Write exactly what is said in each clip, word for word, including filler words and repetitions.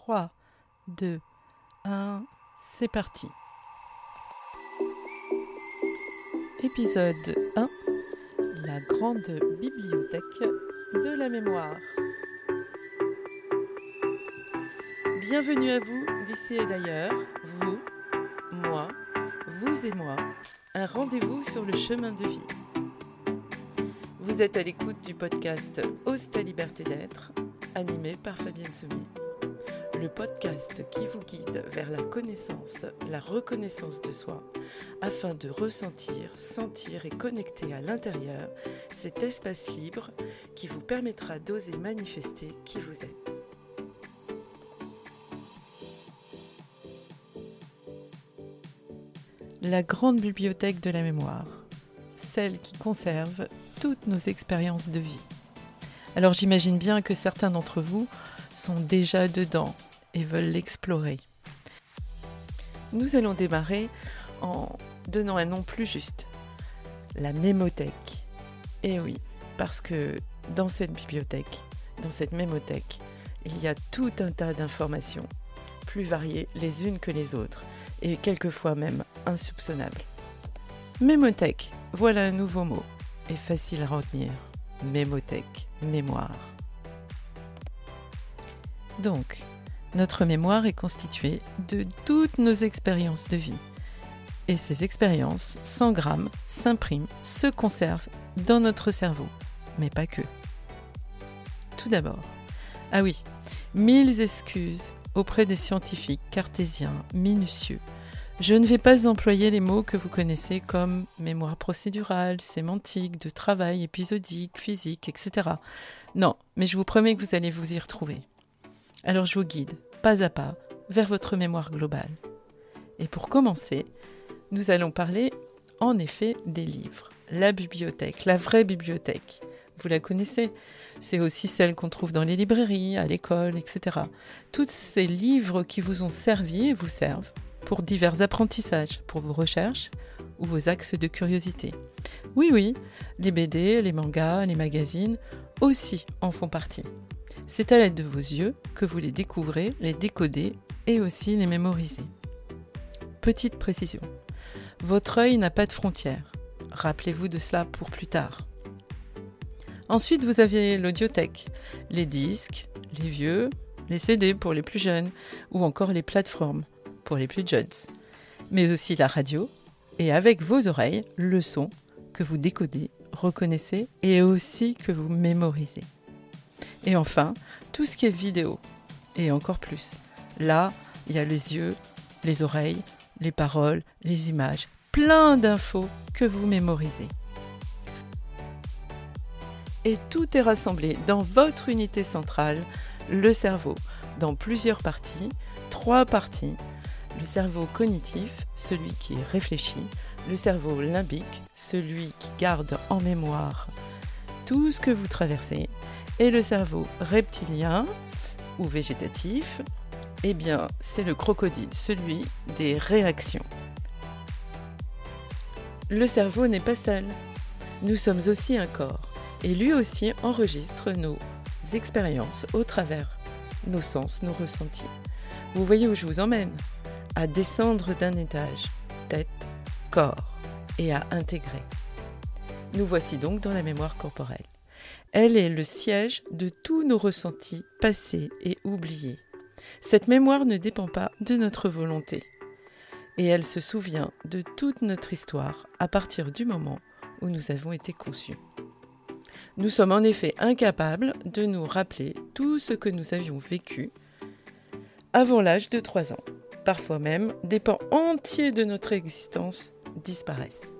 trois, deux, un, c'est parti. Épisode un, la grande bibliothèque de la mémoire. Bienvenue à vous d'ici et d'ailleurs, vous, moi, vous et moi, un rendez-vous sur le chemin de vie. Vous êtes à l'écoute du podcast Ose ta liberté d'être, animé par Fabienne Soumy. Le podcast qui vous guide vers la connaissance, la reconnaissance de soi, afin de ressentir, sentir et connecter à l'intérieur cet espace libre qui vous permettra d'oser manifester qui vous êtes. La grande bibliothèque de la mémoire, celle qui conserve toutes nos expériences de vie. Alors j'imagine bien que certains d'entre vous sont déjà dedans et veulent l'explorer. Nous allons démarrer en donnant un nom plus juste, la mémothèque. Et oui, parce que dans cette bibliothèque, dans cette mémothèque, il y a tout un tas d'informations, plus variées les unes que les autres, et quelquefois même insoupçonnables. Mémothèque, voilà un nouveau mot, et facile à retenir. Mémothèque, mémoire. Donc, notre mémoire est constituée de toutes nos expériences de vie. Et ces expériences s'engramment, s'impriment, se conservent dans notre cerveau, mais pas que. Tout d'abord, ah oui, mille excuses auprès des scientifiques cartésiens minutieux. Je ne vais pas employer les mots que vous connaissez comme mémoire procédurale, sémantique, de travail, épisodique, physique, et cetera. Non, mais je vous promets que vous allez vous y retrouver. Alors je vous guide, pas à pas, vers votre mémoire globale. Et pour commencer, nous allons parler en effet des livres. La bibliothèque, la vraie bibliothèque. Vous la connaissez, c'est aussi celle qu'on trouve dans les librairies, à l'école, et cetera. Tous ces livres qui vous ont servi et vous servent pour divers apprentissages, pour vos recherches ou vos axes de curiosité. Oui, oui, les B D, les mangas, les magazines aussi en font partie. C'est à l'aide de vos yeux que vous les découvrez, les décodez et aussi les mémorisez. Petite précision, votre œil n'a pas de frontières. Rappelez-vous de cela pour plus tard. Ensuite, vous avez l'audiothèque, les disques, les vieux, les C D pour les plus jeunes ou encore les plateformes pour les plus jeunes, mais aussi la radio et avec vos oreilles, le son que vous décodez, reconnaissez et aussi que vous mémorisez. Et enfin, tout ce qui est vidéo, et encore plus. Là, il y a les yeux, les oreilles, les paroles, les images, plein d'infos que vous mémorisez. Et tout est rassemblé dans votre unité centrale, le cerveau, dans plusieurs parties, trois parties. Le cerveau cognitif, celui qui réfléchit, le cerveau limbique, celui qui garde en mémoire tout ce que vous traversez, et le cerveau reptilien ou végétatif, eh bien, c'est le crocodile, celui des réactions. Le cerveau n'est pas seul. Nous sommes aussi un corps, et lui aussi enregistre nos expériences au travers nos sens, nos ressentis. Vous voyez où je vous emmène ? À descendre d'un étage, tête, corps, et à intégrer. Nous voici donc dans la mémoire corporelle. Elle est le siège de tous nos ressentis passés et oubliés. Cette mémoire ne dépend pas de notre volonté. Et elle se souvient de toute notre histoire à partir du moment où nous avons été conçus. Nous sommes en effet incapables de nous rappeler tout ce que nous avions vécu avant l'âge de trois ans. Parfois même, des pans entiers de notre existence disparaissent.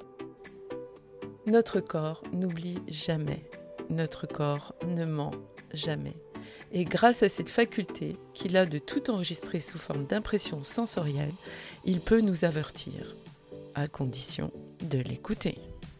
Notre corps n'oublie jamais. Notre corps ne ment jamais. Et grâce à cette faculté qu'il a de tout enregistrer sous forme d'impression sensorielle, il peut nous avertir, à condition de l'écouter.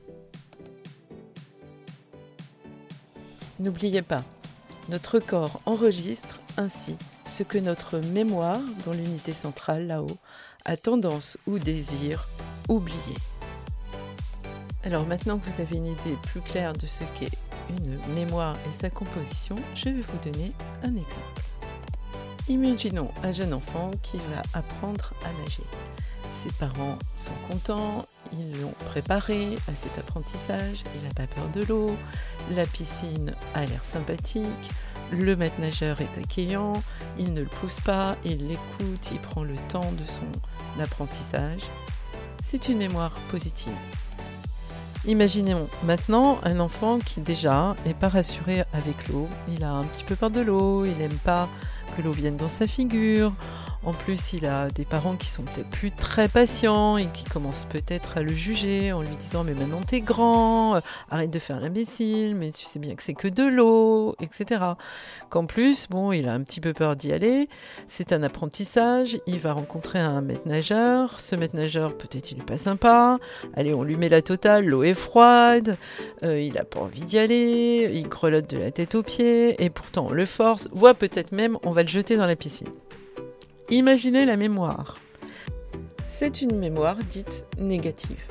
N'oubliez pas, notre corps enregistre ainsi ce que notre mémoire, dans l'unité centrale là-haut, a tendance ou désire oublier. Alors maintenant que vous avez une idée plus claire de ce qu'est une mémoire et sa composition, je vais vous donner un exemple. Imaginons un jeune enfant qui va apprendre à nager. Ses parents sont contents, ils l'ont préparé à cet apprentissage, il n'a pas peur de l'eau, la piscine a l'air sympathique, le maître nageur est accueillant, il ne le pousse pas, il l'écoute, il prend le temps de son apprentissage. C'est une mémoire positive. Imaginons maintenant un enfant qui déjà n'est pas rassuré avec l'eau, il a un petit peu peur de l'eau, il n'aime pas que l'eau vienne dans sa figure. En plus, il a des parents qui sont peut-être plus très patients et qui commencent peut-être à le juger en lui disant « mais maintenant t'es grand, arrête de faire l'imbécile, mais tu sais bien que c'est que de l'eau, et cetera » Qu'en plus, bon, il a un petit peu peur d'y aller, c'est un apprentissage, il va rencontrer un maître nageur, ce maître nageur peut-être il est pas sympa, allez on lui met la totale, l'eau est froide, euh, il a pas envie d'y aller, il grelotte de la tête aux pieds, et pourtant on le force, voire peut-être même on va le jeter dans la piscine. Imaginez la mémoire. C'est une mémoire dite négative.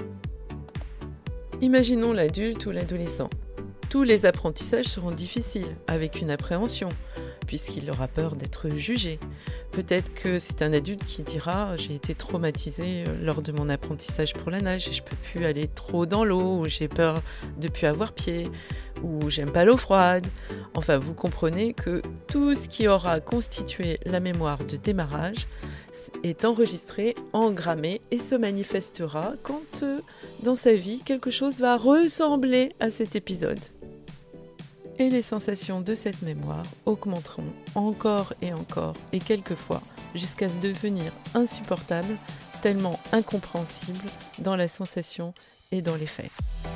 Imaginons l'adulte ou l'adolescent. Tous les apprentissages seront difficiles, avec une appréhension, puisqu'il aura peur d'être jugé. Peut-être que c'est un adulte qui dira « j'ai été traumatisé lors de mon apprentissage pour la nage, je ne peux plus aller trop dans l'eau, ou j'ai peur de ne plus avoir pied, ou j'aime pas l'eau froide ». Enfin, vous comprenez que tout ce qui aura constitué la mémoire de démarrage est enregistré, engrammé et se manifestera quand, euh, dans sa vie, quelque chose va ressembler à cet épisode. Et les sensations de cette mémoire augmenteront encore et encore, et quelquefois, jusqu'à se devenir insupportables, tellement incompréhensibles dans la sensation et dans les faits.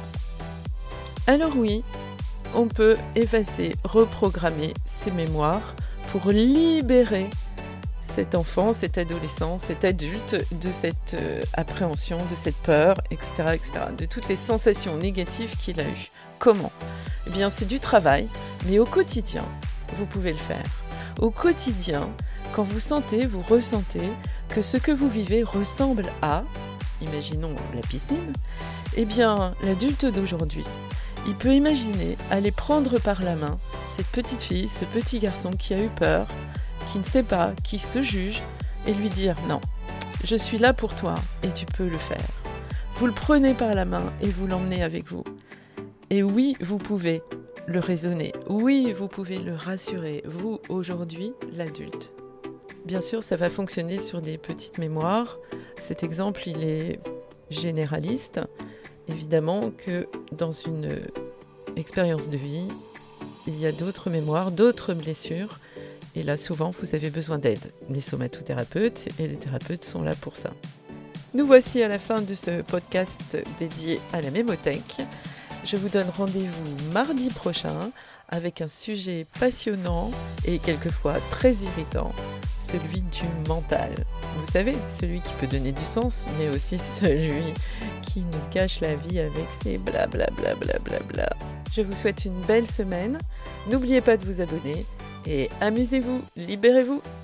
Alors oui, on peut effacer, reprogrammer ces mémoires pour libérer cet enfant, cet adolescent, cet adulte de cette euh, appréhension, de cette peur, et cetera, et cetera, de toutes les sensations négatives qu'il a eues. Comment ? Eh bien, c'est du travail, mais au quotidien, vous pouvez le faire. Au quotidien, quand vous sentez, vous ressentez que ce que vous vivez ressemble à, imaginons la piscine, eh bien, l'adulte d'aujourd'hui, il peut imaginer aller prendre par la main cette petite fille, ce petit garçon qui a eu peur, qui ne sait pas, qui se juge, et lui dire « Non, je suis là pour toi et tu peux le faire ». Vous le prenez par la main et vous l'emmenez avec vous. Et oui, vous pouvez le raisonner. Oui, vous pouvez le rassurer. Vous, aujourd'hui, l'adulte. Bien sûr, ça va fonctionner sur des petites mémoires. Cet exemple, il est généraliste. Évidemment que dans une expérience de vie, il y a d'autres mémoires, d'autres blessures. Et là, souvent, vous avez besoin d'aide. Les somatothérapeutes et les thérapeutes sont là pour ça. Nous voici à la fin de ce podcast dédié à la mémothèque. Je vous donne rendez-vous mardi prochain avec un sujet passionnant et quelquefois très irritant, celui du mental. Vous savez, celui qui peut donner du sens, mais aussi celui qui nous gâche la vie avec ses blablabla. Bla bla bla. Je vous souhaite une belle semaine. N'oubliez pas de vous abonner et amusez-vous, libérez-vous.